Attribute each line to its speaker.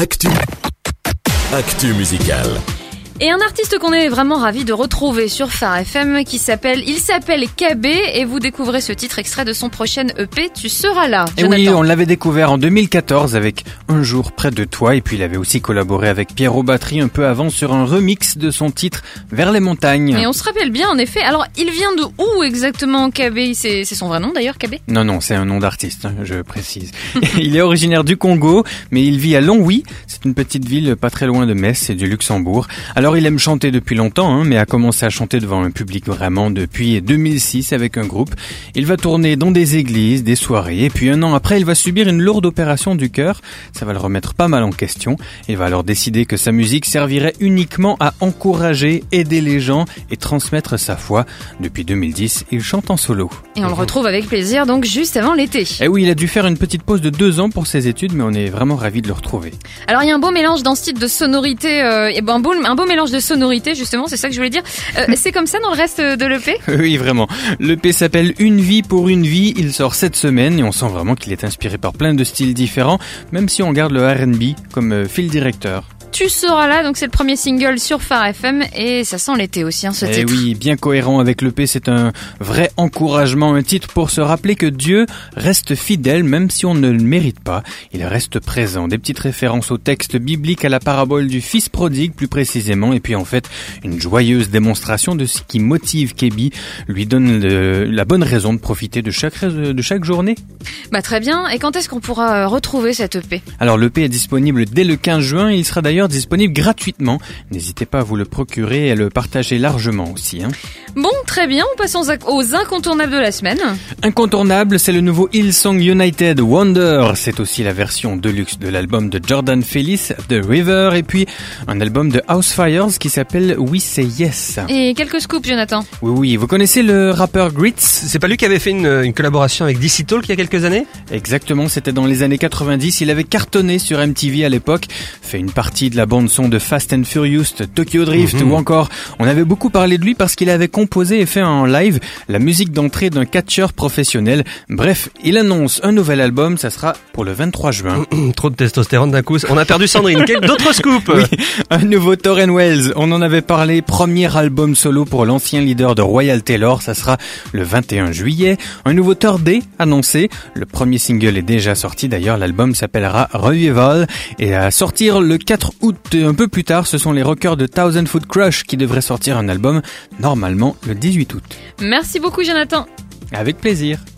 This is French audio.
Speaker 1: Actu musicale.
Speaker 2: Et un artiste qu'on est vraiment ravi de retrouver sur Phare FM il s'appelle KB et vous découvrez ce titre extrait de son prochain EP Tu seras là.
Speaker 3: Jonathan. Et oui, on l'avait découvert en 2014 avec Un jour près de toi et puis il avait aussi collaboré avec Pierrot Batterie un peu avant sur un remix de son titre Vers les montagnes.
Speaker 2: Et on se rappelle bien en effet. Alors il vient de où exactement KB? C'est son vrai nom d'ailleurs, KB?
Speaker 3: Non, c'est un nom d'artiste, je précise. Il est originaire du Congo mais il vit à Longwy, c'est une petite ville pas très loin de Metz et du Luxembourg. Alors il aime chanter depuis longtemps, mais a commencé à chanter devant un public vraiment depuis 2006 avec un groupe. Il va tourner dans des églises, des soirées, et puis un an après, il va subir une lourde opération du cœur. Ça va le remettre pas mal en question. Il va alors décider que sa musique servirait uniquement à encourager, aider les gens et transmettre sa foi. Depuis 2010, il chante en solo.
Speaker 2: Et on le retrouve avec plaisir, donc juste avant l'été.
Speaker 3: Et oui, il a dû faire une petite pause de 2 ans pour ses études, mais on est vraiment ravis de le retrouver.
Speaker 2: Alors il y a un beau mélange dans ce type de sonorité, un beau mélange de sonorité justement, c'est ça que je voulais dire. C'est comme ça dans le reste de l'EP?
Speaker 3: Oui, vraiment. L'EP s'appelle Une vie pour une vie, il sort cette semaine et on sent vraiment qu'il est inspiré par plein de styles différents, même si on garde le R&B comme fil directeur.
Speaker 2: Tu seras là, donc c'est le premier single sur Phare FM et ça sent l'été aussi, ce titre.
Speaker 3: Oui, bien cohérent avec l'EP, c'est un vrai encouragement, un titre pour se rappeler que Dieu reste fidèle même si on ne le mérite pas. Il reste présent. Des petites références au texte biblique, à la parabole du fils prodigue plus précisément, et puis en fait une joyeuse démonstration de ce qui motive KB, lui donne la bonne raison de profiter de chaque journée.
Speaker 2: Très bien, et quand est-ce qu'on pourra retrouver cette EP?
Speaker 3: Alors l'EP est disponible dès le 15 juin, il sera d'ailleurs disponible gratuitement. N'hésitez pas à vous le procurer et à le partager largement aussi.
Speaker 2: Bon, très bien, on passe aux incontournables de la semaine.
Speaker 3: Incontournable, c'est le nouveau Hillsong United Wonder. C'est aussi la version deluxe de l'album de Jordan Fellis, The River, et puis un album de Housefires qui s'appelle We Say Yes.
Speaker 2: Et quelques scoops, Jonathan.
Speaker 3: Oui, vous connaissez le rappeur Grits?
Speaker 4: C'est pas lui qui avait fait une collaboration avec DC Talk il y a quelques années?
Speaker 3: Exactement, c'était dans les années 90. Il avait cartonné sur MTV à l'époque, fait une partie de la bande-son de Fast and Furious, Tokyo Drift, ou encore, on avait beaucoup parlé de lui parce qu'il avait composé et fait en live la musique d'entrée d'un catcheur professionnel. Bref, il annonce un nouvel album, ça sera pour le 23 juin.
Speaker 4: Trop de testostérone d'un coup, on a perdu Sandrine. D'autres scoops?
Speaker 3: Oui, un nouveau Tauren Wells, on en avait parlé, premier album solo pour l'ancien leader de Royal Taylor, ça sera le 21 juillet. Un nouveau Third Day annoncé, le premier single est déjà sorti d'ailleurs, l'album s'appellera Revival et à sortir le 4 août. Un peu plus tard, ce sont les rockers de Thousand Foot Crush qui devraient sortir un album normalement le 18 août.
Speaker 2: Merci beaucoup, Jonathan.
Speaker 3: Avec plaisir.